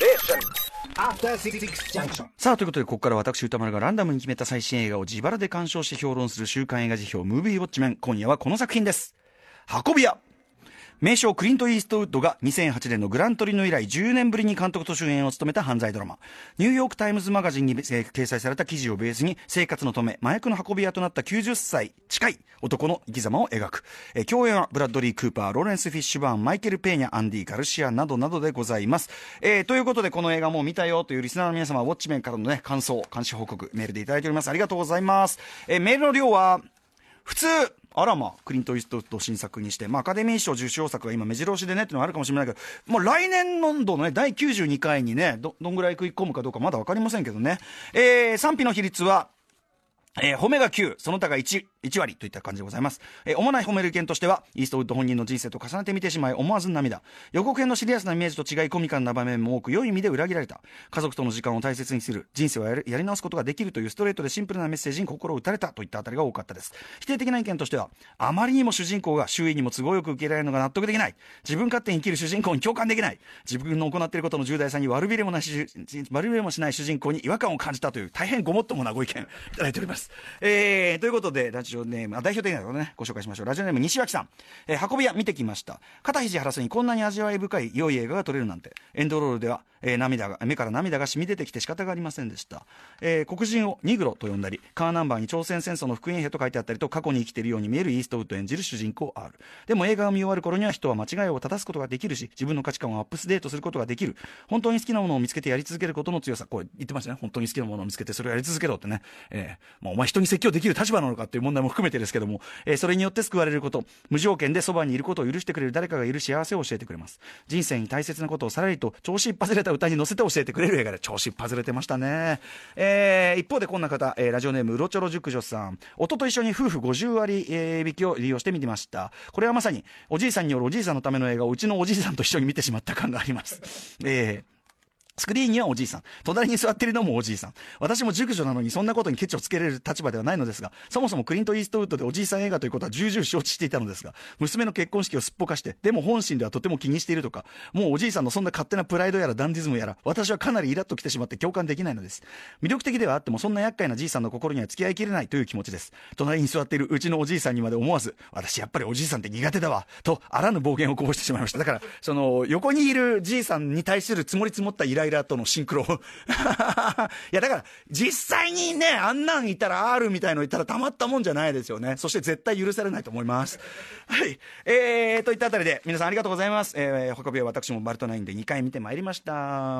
さあということで、ここから私歌丸がランダムに決めた最新映画を自腹で鑑賞して評論する週刊映画辞表ムービーウォッチメン。今夜はこの作品です。運び屋。名将クリント・イーストウッドが2008年のグラントリノ以来10年ぶりに監督と主演を務めた犯罪ドラマ。ニューヨークタイムズマガジンに掲載された記事をベースに、生活のため麻薬の運び屋となった90歳近い男の生き様を描く。共演はブラッドリー・クーパー、ローレンス・フィッシュバーン、マイケル・ペーニャ、アンディ・ガルシアなどなどでございます。ということで、この映画もう見たよというリスナーの皆様、ウォッチメンからのね、感想、監視報告メールでいただいております。ありがとうございます。メールの量は普通、あらクリント・イーストウッドを新作にして、アカデミー賞受賞作が今目白押しでねっていうのはあるかもしれないけど、もう来年の度のね、第92回にね、どんぐらい食い込むかどうかまだわかりませんけどね。賛否の比率は、褒めが9、その他が1割といった感じでございます。主な褒める意見としては、イーストウッド本人の人生と重ねて見てしまい思わず涙。予告編のシリアスなイメージと違いコミカルな場面も多く、良い意味で裏切られた。家族との時間を大切にする。人生はやり直すことができるというストレートでシンプルなメッセージに心を打たれたといったあたりが多かったです。否定的な意見としては、あまりにも主人公が周囲にも都合よく受け入れられるのが納得できない。自分勝手に生きる主人公に共感できない。自分の行っていることの重大さに悪びれもしない主人公に違和感を感じたという大変ごもっともなご意見いただいております。ということで、ラジオネーム、代表的なのをね、ご紹介しましょう。ラジオネーム、西脇さん。運び屋見てきました。肩肘張らずにこんなに味わい深い良い映画が撮れるなんて。エンドロールでは、目から涙が染み出てきて仕方がありませんでした。黒人をニグロと呼んだり、カーナンバーに朝鮮戦争の復員兵と書いてあったりと、過去に生きているように見えるイーストウッド演じる主人公 R。でも映画が見終わる頃には人は間違いを正すことができるし、自分の価値観をアップデートすることができる。本当に好きなものを見つけてやり続けることの強さ。これ言ってましたね。本当に好きなものを見つけてそれをやり続けろってね。お前人に説教できる立場なのかっていう問題も含めてですけども、それによって救われること、無条件でそばにいることを許してくれる誰かがいる幸せを教えてくれます。人生に大切なことをさらりと調子一発れた歌に乗せて教えてくれる映画で、調子一発れてましたね。一方でこんな方、ラジオネームうろちょろ熟女さん。夫と一緒に夫婦50割引きを利用して見てました。これはまさにおじいさんによるおじいさんのための映画をうちのおじいさんと一緒に見てしまった感があります。スクリーンにはおじいさん、隣に座っているのもおじいさん。私も熟女なのにそんなことにケチをつけれる立場ではないのですが、そもそもクリント・イーストウッドでおじいさん映画ということは重々承知していたのですが、娘の結婚式をすっぽかして、でも本心ではとても気にしているとか、もうおじいさんのそんな勝手なプライドやらダンディズムやら、私はかなりイラッときてしまって共感できないのです。魅力的ではあっても、そんな厄介なじいさんの心には付き合いきれないという気持ちです。隣に座っているうちのおじいさんにまで思わず、私やっぱりおじいさんって苦手だわとあらぬ暴言をこぼしてしまいました。だからその横にいるじいさんに対する積もり積もったイライラとのシンクロいやだから実際にね、あんなんいたら R みたいのいたらたまったもんじゃないですよね。そして絶対許されないと思います。はい、といったあたりで皆さんありがとうございます。運びは私もバルトナインで2回見てまいりました。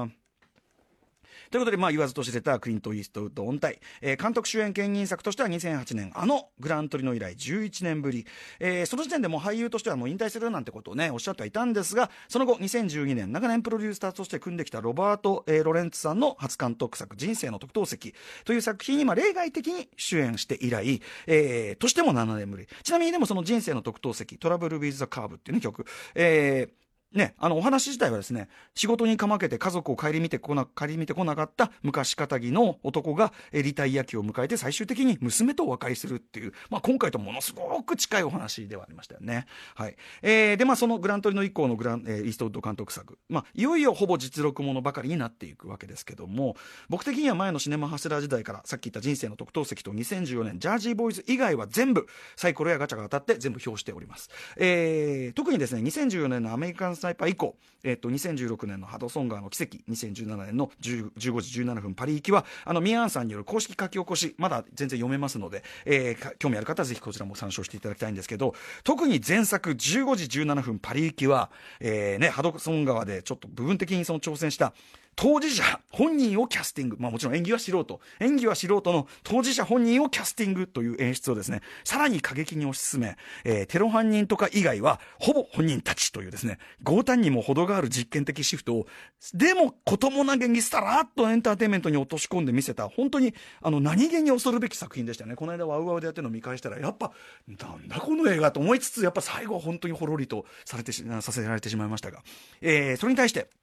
ということで、言わずと知れたクリント・イーストウッド音体、監督主演兼任作としては2008年グラントリノ以来11年ぶり、その時点でもう俳優としてはもう引退するなんてことをねおっしゃってはいたんですが、その後2012年長年プロデューサーとして組んできたロバート、ロレンツさんの初監督作人生の特等席という作品に例外的に主演して以来、としても7年ぶり。ちなみにでもその人生の特等席トラブル・ウィズ・ザ・カーブっていう、ね、曲、お話自体はですね、仕事にかまけて家族を顧みてこなかった昔かたぎの男がリタイア期を迎えて最終的に娘と和解するっていう、今回とものすごく近いお話ではありましたよね。はい。で、そのグラントリノ以降のイーストウッド監督作、いよいよほぼ実録ものばかりになっていくわけですけども、僕的には前のシネマハスラー時代からさっき言った人生の特等席と2014年ジャージーボーイズ以外は全部サイコロやガチャが当たって全部表しております。特にですね、2014年のアメリカンスナイパー以降、2016年のハドソン川の奇跡、2017年の15時17分パリ行きはミアーンさんによる公式書き起こし、まだ全然読めますので、興味ある方はぜひこちらも参照していただきたいんですけど、特に前作15時17分パリ行きは、ハドソン川でちょっと部分的にその挑戦した当事者本人をキャスティング、もちろん演技は素人の当事者本人をキャスティングという演出をですね、さらに過激に推し進め、テロ犯人とか以外はほぼ本人たちというですね、強胆にも程がある実験的シフトをでもこともなげにさらっとエンターテインメントに落とし込んで見せた、本当に何気に恐るべき作品でしたね。この間ワウワウでやってるのを見返したら、やっぱなんだこの映画と思いつつ、やっぱ最後は本当にほろりとさせられてしまいましたが、それに対して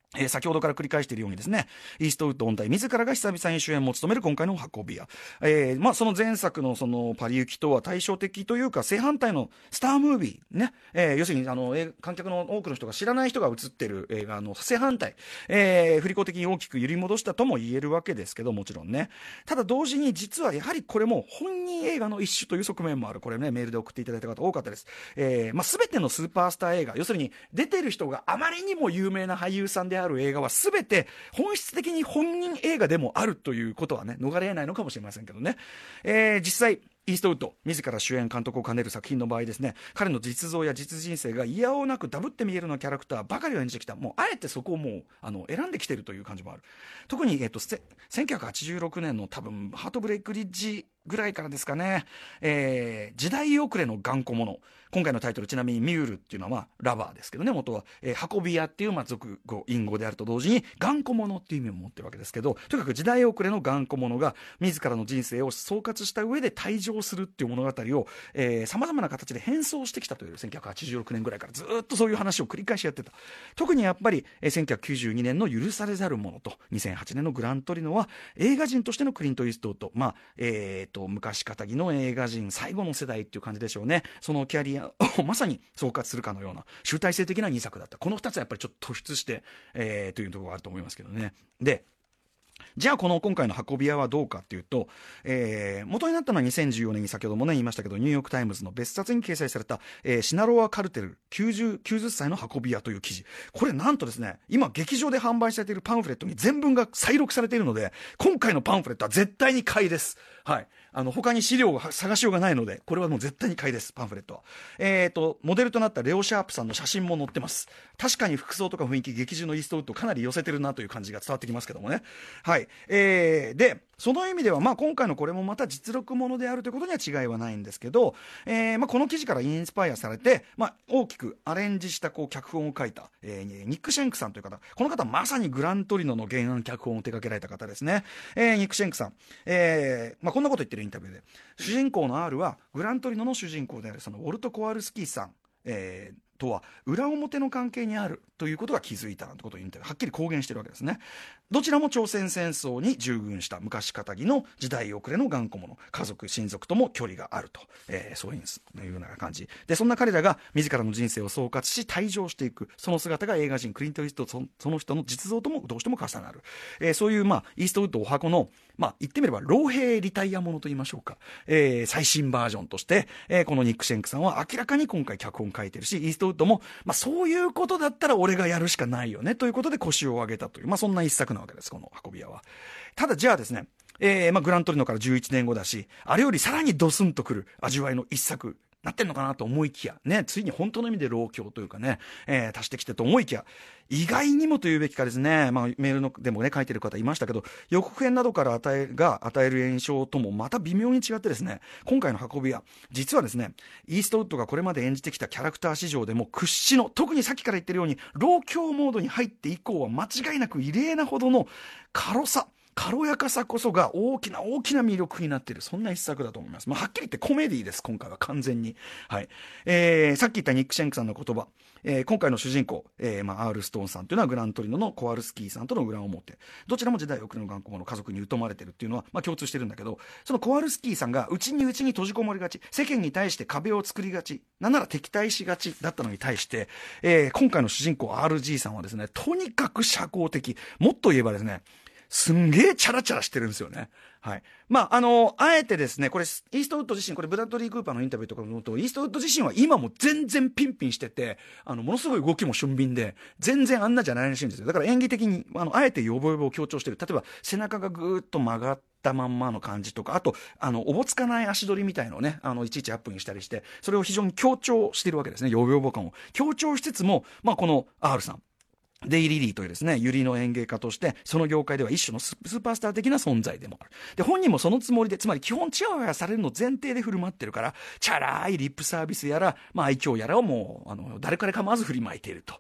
先ほどから繰り返しているようにですね、イーストウッド本体自らが久々に主演も務める今回の運び屋。その前作のそのパリ行きとは対照的というか、正反対のスタームービーね、要するに観客の多くの人が知らない人が映ってる映画の正反対、振り子的に大きく揺り戻したとも言えるわけですけど、もちろんね。ただ同時に実はやはりこれも本人映画の一種という側面もある。これね、メールで送っていただいた方多かったです。全てのスーパースター映画、要するに出てる人があまりにも有名な俳優さんである映画は全て本質的に本人映画でもあるということはね、逃れ得ないのかもしれませんけどね。実際イーストウッド自ら主演監督を兼ねる作品の場合ですね、彼の実像や実人生がいやおうなくダブって見えるようなキャラクターばかりを演じてきた。もうあえてそこをもう選んできてるという感じもある。特に、1986年の多分ハートブレイクリッジぐらいからですかね、時代遅れの頑固者。今回のタイトルちなみにミュールっていうのは、ラバーですけどね、元は、運び屋っていう俗語隠語であると同時に頑固者っていう意味を持ってるわけですけど、とにかく時代遅れの頑固者が自らの人生を総括した上で退場するっていう物語をさまざまな形で変装してきたという1986年ぐらいからずっとそういう話を繰り返しやってた。特にやっぱり、1992年の許されざる者と2008年のグラントリノは映画人としてのクリント・イーストウッド、昔かたぎの映画人最後の世代っていう感じでしょうね。そのキャリアをまさに総括するかのような集大成的な2作だった。この2つはやっぱりちょっと突出して、というところがあると思いますけどね。でじゃあこの今回の運び屋はどうかっていうと、元になったのは2014年に先ほどもね言いましたけど、ニューヨークタイムズの別冊に掲載された、シナロア・カルテル90歳の運び屋という記事。これなんとですね、今劇場で販売されているパンフレットに全文が再録されているので、今回のパンフレットは絶対に買いです。はい。他に資料が探しようがないので、これはもう絶対に買いです、パンフレットは。モデルとなったレオ・シャープさんの写真も載ってます。確かに服装とか雰囲気、劇中のイーストウッドかなり寄せてるなという感じが伝わってきますけどもね。はい。でその意味では、今回のこれもまた実録ものであるということには違いはないんですけど、この記事からインスパイアされて、大きくアレンジした脚本を書いた、ニック・シェンクさんという方。この方まさにグラントリノの原案脚本を手掛けられた方ですね。ニック・シェンクさん、こんなこと言ってるインタビューで、主人公の R はグラントリノの主人公であるそのウォルト・コワルスキーさん、とは裏表の関係にあるということが気づいたなんてことを言ってはっきり公言してるわけですね。どちらも朝鮮戦争に従軍した昔かたぎの時代遅れの頑固者、家族親族とも距離があると、そういうような感じで、そんな彼らが自らの人生を総括し退場していく、その姿が映画人クリント・イーストウッド、その人の実像ともどうしても重なる、そういうイーストウッドお箱の言ってみれば老兵リタイアものと言いましょうか、最新バージョンとして、このニック・シェンクさんは明らかに今回脚本書いてるし、イーストウッドも、そういうことだったら俺がやるしかないよねということで腰を上げたという、そんな一作なわけです、この運び屋は。ただじゃあですね、グラントリノから11年後だし、あれよりさらにドスンとくる味わいの一作なってんのかなと思いきやね、ついに本当の意味で老境というかね、足してきてと思いきや、意外にもというべきかですね、メールのでもね書いてる方いましたけど、予告編などから与える印象ともまた微妙に違ってですね、今回の運び屋実はですね、イーストウッドがこれまで演じてきたキャラクター史上でも屈指の、特にさっきから言ってるように老境モードに入って以降は間違いなく異例なほどの軽やかさこそが大きな魅力になっている、そんな一作だと思います。はっきり言ってコメディです、今回は完全に。はい。さっき言ったニック・シェンクさんの言葉、今回の主人公、R ストーンさんというのはグラントリノのコワルスキーさんとの裏表、どちらも時代遅れの頑固者、家族に疎まれてるっていうのは、共通してるんだけど、そのコワルスキーさんが内に閉じこもりがち、世間に対して壁を作りがち、なんなら敵対しがちだったのに対して、今回の主人公 RG さんはですね、とにかく社交的、もっと言えばですね、すんげえチャラチャラしてるんですよね。はい。あえてですね、これ、イーストウッド自身、これブラッドリー・クーパーのインタビューとかのと、イーストウッド自身は今も全然ピンピンしてて、ものすごい動きも俊敏で、全然あんなじゃないらしいんですよ。だから演技的に、あえてヨボヨボを強調してる。例えば、背中がぐーっと曲がったまんまの感じとか、あと、おぼつかない足取りみたいのをね、いちいちアップにしたりして、それを非常に強調してるわけですね。ヨボヨボ感を。強調しつつも、この R さん。デイリリーというですね、ユリの演芸家として、その業界では一種のスーパースター的な存在でもある。で、本人もそのつもりで、つまり基本チヤホヤされるの前提で振る舞ってるから、チャラいリップサービスやら、愛嬌やらをもう、誰彼構わず振りまいていると。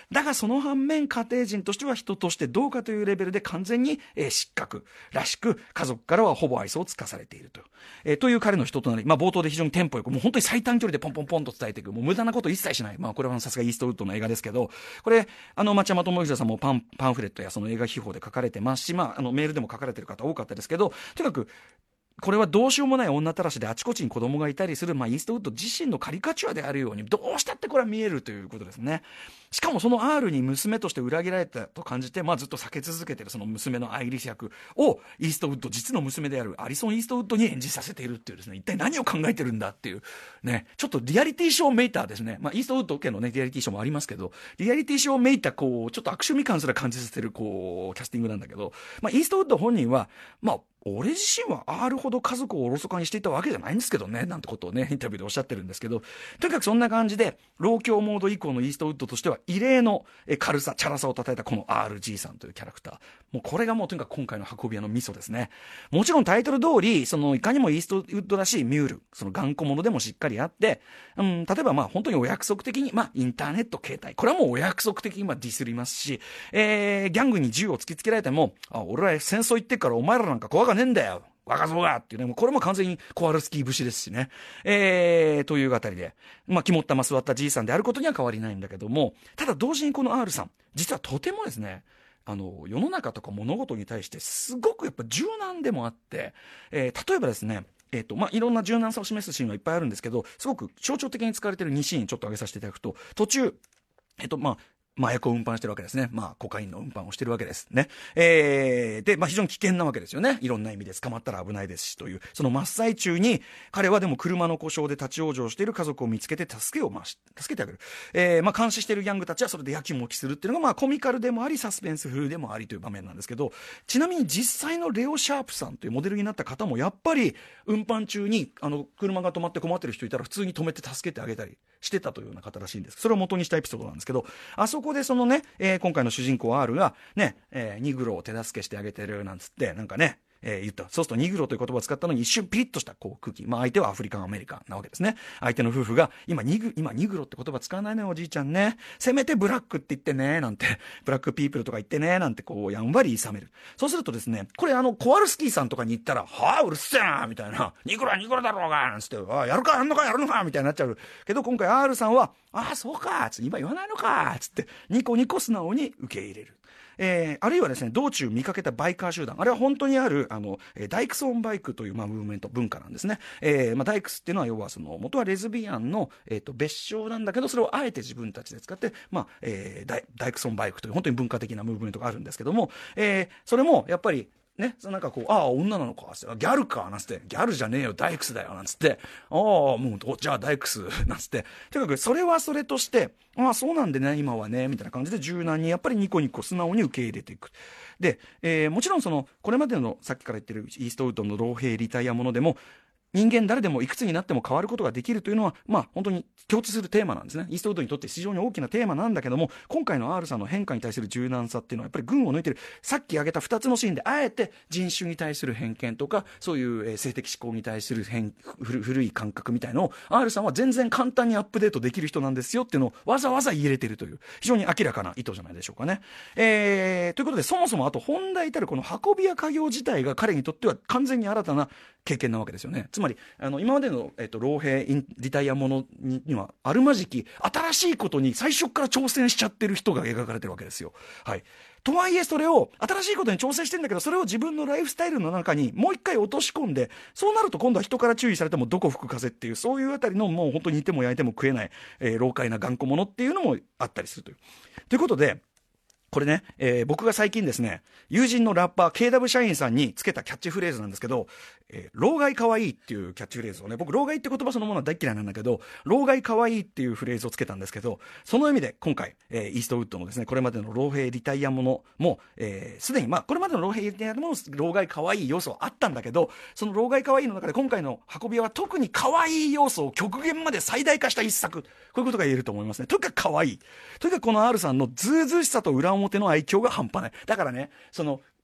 だがその反面、家庭人としては人としてどうかというレベルで完全に、失格らしく、家族からはほぼ愛想をつかされているという彼の人となり、冒頭で非常にテンポよく、もう本当に最短距離でポンポンポンと伝えていく、もう無駄なこと一切しない。これはさすがイーストウッドの映画ですけど、これ、町山智久さんもパンフレットやその映画秘宝で書かれてますし、メールでも書かれてる方多かったですけど、とにかく、これはどうしようもない女たらしであちこちに子供がいたりする、イーストウッド自身のカリカチュアであるようにどうしたってこれは見えるということですね。しかもその R に娘として裏切られたと感じて、ずっと避け続けているその娘のアイリス役をイーストウッド実の娘であるアリソン・イーストウッドに演じさせているっていうですね、一体何を考えてるんだっていうね、ちょっとリアリティショーめいたですね、イーストウッド系のねリアリティショーもありますけど、リアリティショーめいたちょっと悪趣味感すら感じさせるキャスティングなんだけど、イーストウッド本人は俺自身は R ほど家族をおろそかにしていたわけじゃないんですけどね、なんてことをねインタビューでおっしゃってるんですけど、とにかくそんな感じで老境モード以降のイーストウッドとしては異例の軽さチャラさを叩いたこの RG さんというキャラクター、もうこれがもうとにかく今回の運び屋のミソですね。もちろんタイトル通りいかにもイーストウッドらしいミュール、その頑固者でもしっかりあって、例えば本当にお約束的にインターネット携帯、これはもうお約束的にディスりますし、ギャングに銃を突きつけられても、俺は戦争行ってっからお前らなんか怖がねえんだよ若造がっていうね、もうこれも完全にコワルスキー節ですしね。というあたりで、肝っ玉座ったじいさんであることには変わりないんだけども、ただ同時にこの R さん、実はとてもですね、世の中とか物事に対してすごくやっぱ柔軟でもあって、例えばですね、いろんな柔軟さを示すシーンはいっぱいあるんですけど、すごく象徴的に使われている2シーンちょっと挙げさせていただくと、途中、麻薬を運搬してるわけですね。コカインの運搬をしてるわけですね。で、非常に危険なわけですよね。いろんな意味で捕まったら危ないですしという、その真っ最中に、彼はでも車の故障で立ち往生している家族を見つけて助けてあげる。監視しているギャングたちはそれでやきもきするっていうのが、コミカルでもあり、サスペンス風でもありという場面なんですけど、ちなみに実際のレオ・シャープさんというモデルになった方も、やっぱり、運搬中に、車が止まって困ってる人いたら、普通に止めて助けてあげたりしてたというような方らしいんです。それを元にしたエピソードなんですけど、あそこでそのね、今回の主人公 R がね、ニグロを手助けしてあげてるなんつってなんかね、言った。そうするとニグロという言葉を使ったのに一瞬ピリッとした空気。相手はアフリカンアメリカンなわけですね。相手の夫婦が今ニグロって言葉使わないのよおじいちゃんね。せめてブラックって言ってねなんて、ブラックピープルとか言ってねなんてやんわり諌める。そうするとですね、これコワルスキーさんとかに言ったら、うるせえなみたいな、ニグロはニグロだろうがなんつって、やるかやるのかみたいになっちゃうけど、今回 R さんはそうかつって今言わないのかつってニコニコ素直に受け入れる。あるいはですね、道中見かけたバイカー集団、あれは本当にあるダイクスオンバイクというムーブメント文化なんですね。ダイクスっていうのは要は元はレズビアンの別称なんだけど、それをあえて自分たちで使ってダイクスオンバイクという本当に文化的なムーブメントがあるんですけども、それもやっぱりね、なんか女なのか、ギャルか、なんつって、ギャルじゃねえよ、ダイクスだよ、なんつって、もう、じゃあダイクス、なんつって、とにかくそれはそれとして、そうなんでね、今はね、みたいな感じで柔軟にやっぱりニコニコ素直に受け入れていく。で、もちろんこれまでのさっきから言ってるイーストウッドの老兵リタイアものでも、人間誰でもいくつになっても変わることができるというのは本当に共通するテーマなんですね。イーストウッドにとって非常に大きなテーマなんだけども、今回の R さんの変化に対する柔軟さっていうのはやっぱり群を抜いてる。さっき挙げた2つのシーンであえて人種に対する偏見とかそういう性的指向に対する古い感覚みたいのを R さんは全然簡単にアップデートできる人なんですよっていうのをわざわざ入れてるという非常に明らかな意図じゃないでしょうかね。ということで、そもそもあと本題たるこの運び屋家業自体が彼にとっては完全に新たな経験なわけですよね。つまり今までの、老兵リタイアものにはあるまじき新しいことに最初から挑戦しちゃってる人が描かれてるわけですよ。はい。とはいえそれを新しいことに挑戦してるんだけど、それを自分のライフスタイルの中にもう一回落とし込んで、そうなると今度は人から注意されてもどこ吹く風っていう、そういうあたりのもう本当に煮ても焼いても食えない、老快な頑固者っていうのもあったりするという。ということでこれね、僕が最近ですね、友人のラッパー KW 社員さんにつけたキャッチフレーズなんですけど、老害かわいいっていうキャッチフレーズをね、僕老害って言葉そのものは大嫌いなんだけど、老害かわいいっていうフレーズをつけたんですけど、その意味で今回、イーストウッドのですね、これまでの老兵リタイアものも、すでにこれまでの老兵リタイアも老害かわいい要素はあったんだけど、その老害かわいいの中で今回の運び屋は特にかわいい要素を極限まで最大化した一作、こういうことが言えると思いますね。とにかくかわいい。とにかくこの R さんのズうずうしさと裏表の愛嬌が半端ない。だからね、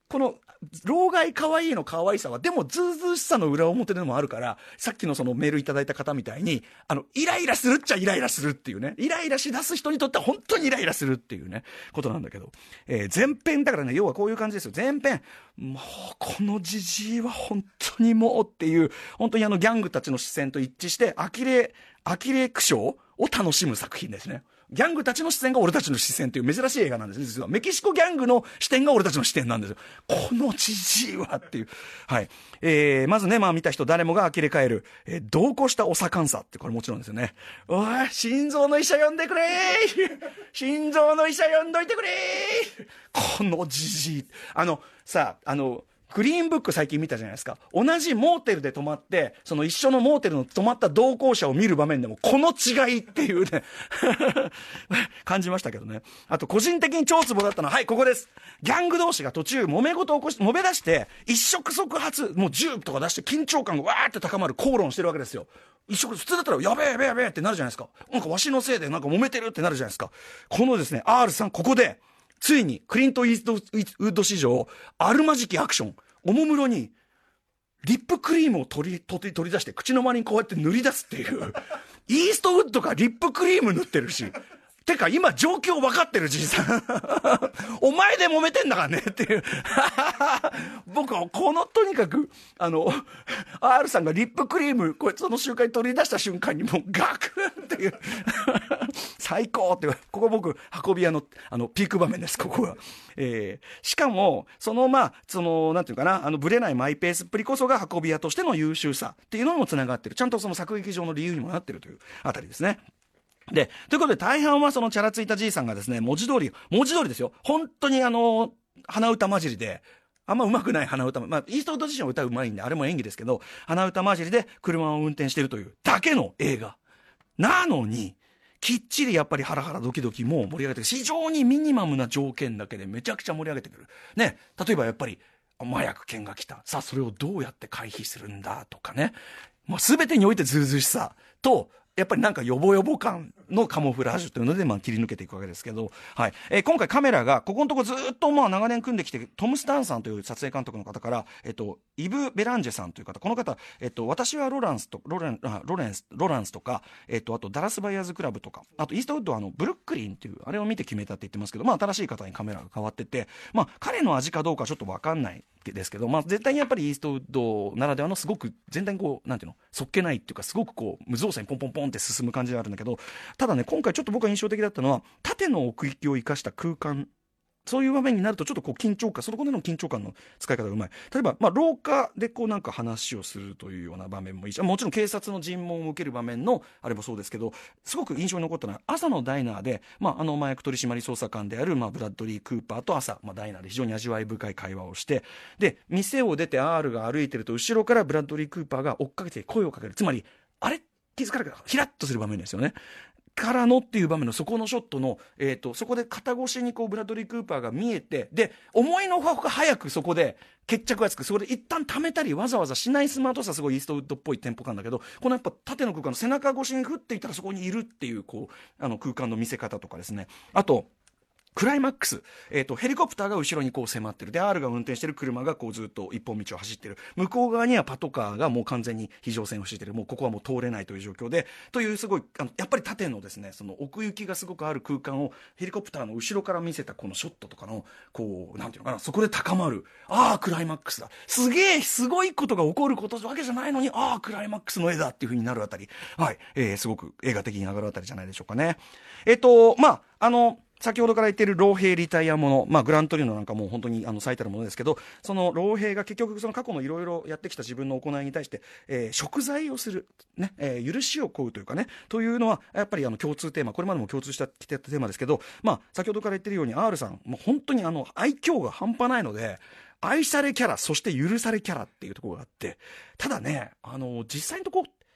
この老害可愛いの可愛さはでもずうずうしさの裏表でもあるから、さっきのそのメールいただいた方みたいにイライラするっちゃイライラするっていうね、イライラしだす人にとっては本当にイライラするっていうねことなんだけど、前編だからね、要はこういう感じですよ。前編もうこのジジイは本当にもうっていう、本当にギャングたちの視線と一致して呆れ苦笑を楽しむ作品ですね。ギャングたちの視線が俺たちの視線という珍しい映画なんですね。実はメキシコギャングの視点が俺たちの視点なんですよ。このじじいはっていう。はい。まずね、まあ見た人誰もが呆れ返る、同行したお盛んさってこれもちろんですよね。おい、心臓の医者呼んでくれ心臓の医者呼んどいてくれこのじじい。グリーンブック最近見たじゃないですか。同じモーテルで泊まって、その一緒のモーテルの泊まった同行者を見る場面でも、この違いっていうね、感じましたけどね。あと、個人的に超ツボだったのは、はい、ここです。ギャング同士が途中、揉め出して、一触即発、もう銃とか出して緊張感がわーって高まる口論してるわけですよ。普通だったら、やべえやべえやべえってなるじゃないですか。なんかわしのせいでなんか揉めてるってなるじゃないですか。このですね、R さん、ここで、ついにクリント・イーストウッド史上あるまじきアクション、おもむろにリップクリームを取り出して口の周りにこうやって塗り出すっていうイーストウッドがリップクリーム塗ってるし、てか今状況分かってるじいさんお前で揉めてんだからねっていう僕はこのとにかくR さんがリップクリームこれその瞬間に取り出した瞬間にもうガクンっていう最高っていう、ここ僕運び屋のピーク場面です、ここは。しかもなんていうかな、ブレないマイペースっぷりこそが運び屋としての優秀さっていうのにもつながってる、ちゃんとその作劇上の理由にもなってるというあたりですね。で、ということで大半はそのチャラついたじいさんがですね、文字通りですよ。本当に鼻歌混じりで、あんま上手くない鼻歌、イーストウッド自身は歌うまいんで、あれも演技ですけど、鼻歌混じりで車を運転してるというだけの映画。なのに、きっちりやっぱりハラハラドキドキも盛り上げてる。非常にミニマムな条件だけでめちゃくちゃ盛り上げてくる。ね、例えばやっぱり、麻薬犬が来た。さあ、それをどうやって回避するんだとかね。全てにおいてずうずうしさと、やっぱりなんかヨボヨボ感のカモフラージュというので切り抜けていくわけですけど、はい。今回カメラがここのとこずっと長年組んできて、トム・スタンさんという撮影監督の方から、イブ・ベランジェさんという方、この方、私はロランスとか、あとダラス・バイヤーズ・クラブとか、あとイーストウッドはブルックリンっていう、あれを見て決めたって言ってますけど、新しい方にカメラが変わってて、彼の味かどうかちょっとわかんないですけど、絶対にやっぱりイーストウッドならではのすごく全体にこう、なんていうの、そっけないっていうか、すごくこう、無造作にポンポンポンって進む感じがあるんだけど、ただね、今回ちょっと僕が印象的だったのは、縦の奥行きを生かした空間、そういう場面になるとちょっとこう緊張感、そこでの緊張感の使い方がうまい。例えば、廊下でこうなんか話をするというような場面もいいし、もちろん警察の尋問を受ける場面のあれもそうですけど、すごく印象に残ったのは、朝のダイナーで、麻薬取締捜査官である、ブラッドリー・クーパーと朝、ダイナーで非常に味わい深い会話をして、で、店を出て R が歩いてると、後ろからブラッドリー・クーパーが追っかけて声をかける。つまり、あれ気づかれたヒラッとする場面ですよね。からのっていう場面のそこのショットの、そこで肩越しにこうブラッドリー・クーパーが見えて、で思いのほか早くそこで決着がつく、そこで一旦溜めたりわざわざしないスマートさ、すごいイーストウッドっぽいテンポ感だけど、このやっぱ縦の空間の背中越しに降っていったらそこにいるっていうこう空間の見せ方とかですね。あとクライマックス、ヘリコプターが後ろにこう迫ってる。で、R が運転してる車がこうずっと一本道を走ってる。向こう側にはパトカーがもう完全に非常線を敷いてる。もうここはもう通れないという状況で、というすごい、やっぱり縦のですね、その奥行きがすごくある空間をヘリコプターの後ろから見せたこのショットとかの、こう、なんていうのかな、そこで高まる。クライマックスだ。すげえ、すごいことが起こることわけじゃないのに、クライマックスの絵だっていう風になるあたり。はい。すごく映画的に上がるあたりじゃないでしょうかね。先ほどから言っている老兵リタイアもの、グラントリノなんかもう本当に最たるものですけど、その老兵が結局その過去のいろいろやってきた自分の行いに対して、贖罪をする、ね、許しを請うというかね、というのはやっぱり共通テーマ、これまでも共通してきてたテーマですけど、先ほどから言ってるように R さん、もう本当に愛嬌が半端ないので、愛されキャラ、そして許されキャラっていうところがあって、ただね、実際のところ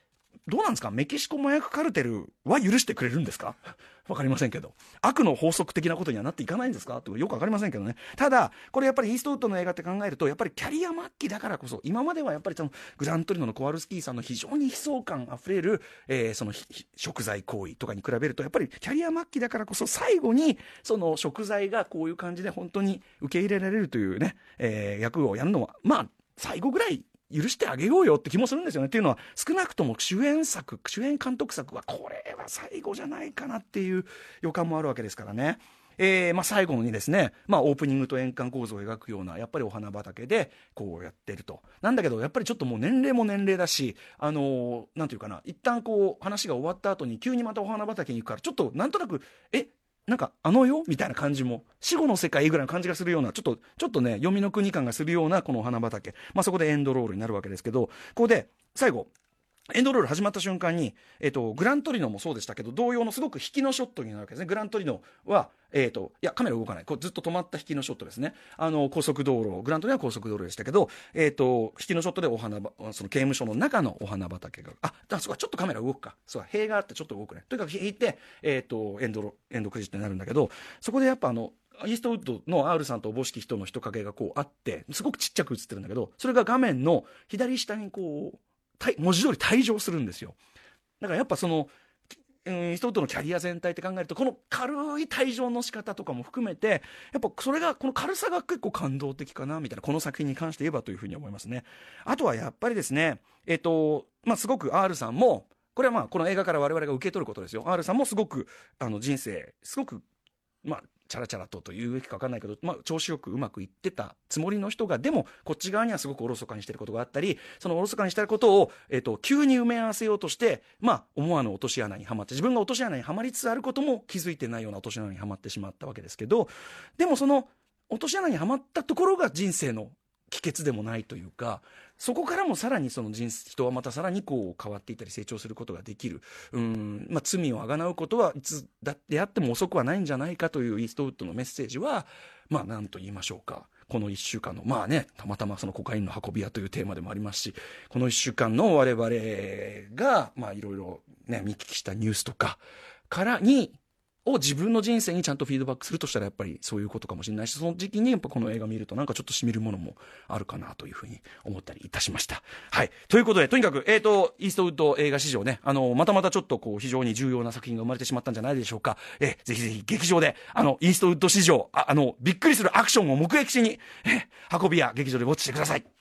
どうなんですか、メキシコ麻薬カルテルは許してくれるんですかわかりませんけど、悪の法則的なことにはなっていかないんですかってよくわかりませんけどね。ただこれやっぱりイーストウッドの映画って考えると、やっぱりキャリア末期だからこそ、今まではやっぱりそのグラントリノのコワルスキーさんの非常に悲壮感あふれる、その贖罪行為とかに比べると、やっぱりキャリア末期だからこそ、最後にその贖罪がこういう感じで本当に受け入れられるというね、役をやるのはまあ最後ぐらい許してあげようよって気もするんですよね。っていうのは、少なくとも主演監督作はこれは最後じゃないかなっていう予感もあるわけですからね。最後にですね、オープニングと円環構造を描くようなやっぱりお花畑でこうやってると。なんだけどやっぱりちょっともう年齢も年齢だし、なんていうかな、一旦こう話が終わった後に急にまたお花畑に行くから、ちょっとなんとなくなんかよみたいな感じも、死後の世界ぐらいの感じがするような、ちょっとね、読みの国感がするようなこのお花畑、そこでエンドロールになるわけですけど、ここで最後エンドロール始まった瞬間に、グラントリノもそうでしたけど、同様のすごく引きのショットになるわけですね。グラントリノは、いやカメラ動かない、こうずっと止まった引きのショットですね。高速道路、グラントリノは高速道路でしたけど、引きのショットでその刑務所の中のお花畑が、そうか、ちょっとカメラ動くか、そうか、塀があってちょっと動くね。とにかく引いて、エンドクレジットになるんだけど、そこでやっぱイーストウッドの R さんとおぼしき人の人影がこうあって、すごくちっちゃく映ってるんだけど、それが画面の左下にこう文字通り退場するんですよ。だからやっぱそのイーストウッドのキャリア全体って考えると、この軽い退場の仕方とかも含めて、やっぱそれがこの軽さが結構感動的かなみたいな、この作品に関して言えばというふうに思いますね。あとはやっぱりですね、すごく R さんも、これはこの映画から我々が受け取ることですよ。R さんもすごく人生すごくチャラチャラというべきか分かんないけど、調子よくうまくいってたつもりの人が、でもこっち側にはすごくおろそかにしてることがあったり、そのおろそかにしてることを、急に埋め合わせようとして、思わぬ落とし穴にはまって、自分が落とし穴にはまりつつあることも気づいてないような落とし穴にはまってしまったわけですけど、でもその落とし穴にはまったところが人生の帰結でもないというか、そこからもさらにその人はまたさらにこう変わっていったり成長することができる。罪をあがなうことはいつだってあっても遅くはないんじゃないかというイーストウッドのメッセージは、何と言いましょうか、この1週間のたまたまそのコカインの運び屋というテーマでもありますし、この1週間の我々がいろいろね見聞きしたニュースとかからを自分の人生にちゃんとフィードバックするとしたら、やっぱりそういうことかもしれないし、その時期にやっぱこの映画見るとなんかちょっとしみるものもあるかなというふうに思ったりいたしました。はい。ということで、とにかく、イーストウッド映画史上ね、またちょっとこう非常に重要な作品が生まれてしまったんじゃないでしょうか。ぜひぜひ劇場で、イーストウッド史上、びっくりするアクションを目撃しに、運び屋劇場でウォッチしてください。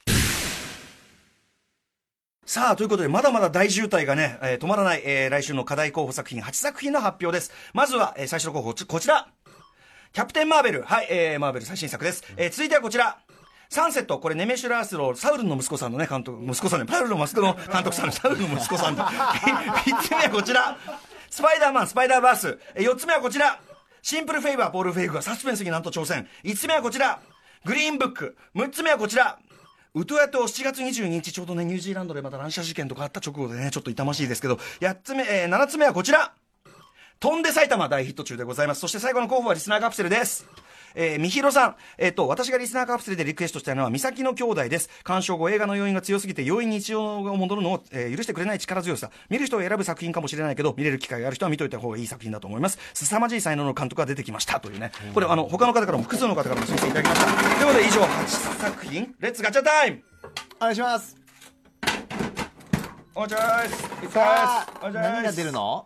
さあ、ということで、まだまだ大渋滞がね、止まらない、来週の課題候補作品8作品の発表です。まずは、最初の候補、こちら。キャプテン・マーベル。はい、マーベル最新作です。続いてはこちら。サンセット。これ、ネメシュラースロー、サウルの息子さんのね、パウルの息子さんのサウルの息子さんだ。3つ目はこちら。スパイダーマン、スパイダーバース。4つ目はこちら。シンプルフェイバー、ポール・フェイグがサスペンスになんと挑戦。5つ目はこちら。グリーンブック。6つ目はこちら。ウトヤ島7月22日、ちょうどね、ニュージーランドでまた乱射事件とかあった直後でね、ちょっと痛ましいですけど、7つ目はこちら。飛んで埼玉大ヒット中でございます。そして最後の候補はリスナーカプセルです。みひろさん。私がリスナーカプセルでリクエストしたのは、三崎の兄弟です。鑑賞後、映画の要因が強すぎて、容易に日常が戻るのを、許してくれない力強さ。見る人を選ぶ作品かもしれないけど、見れる機会がある人は見といた方がいい作品だと思います。凄まじい才能の監督が出てきました。というね。これ、他の方からも、複数の方からも申請いただきました。ということで、以上、8作品、レッツガチャタイムお願いします。 お願いします。 さあ、何が出るの？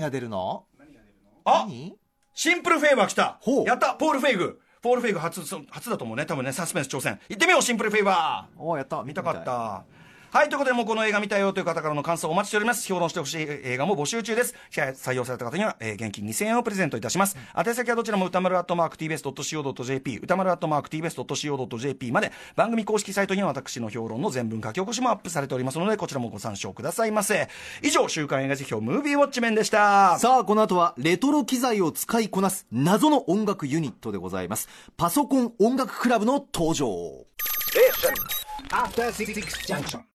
シンプルフェイバー来た。やった、ポールフェイグ初だと思うね、多分ね。サスペンス挑戦行ってみよう。シンプルフェイバー。 やった。 見たかった。はい、ということで、もうこの映画見たよという方からの感想をお待ちしております。評論してほしい映画も募集中です。採用された方には、現金2000円をプレゼントいたします。宛先はどちらも歌丸@tbs.co.jp、歌丸@tbs.co.jp まで、番組公式サイトには私の評論の全文書き起こしもアップされておりますので、こちらもご参照くださいませ。以上、週刊映画辞表ムービーウォッチメンでした。 さあ、この後はレトロ機材を使いこなす謎の音楽ユニットでございます。パソコン音楽クラブの登場。 After 66 junction.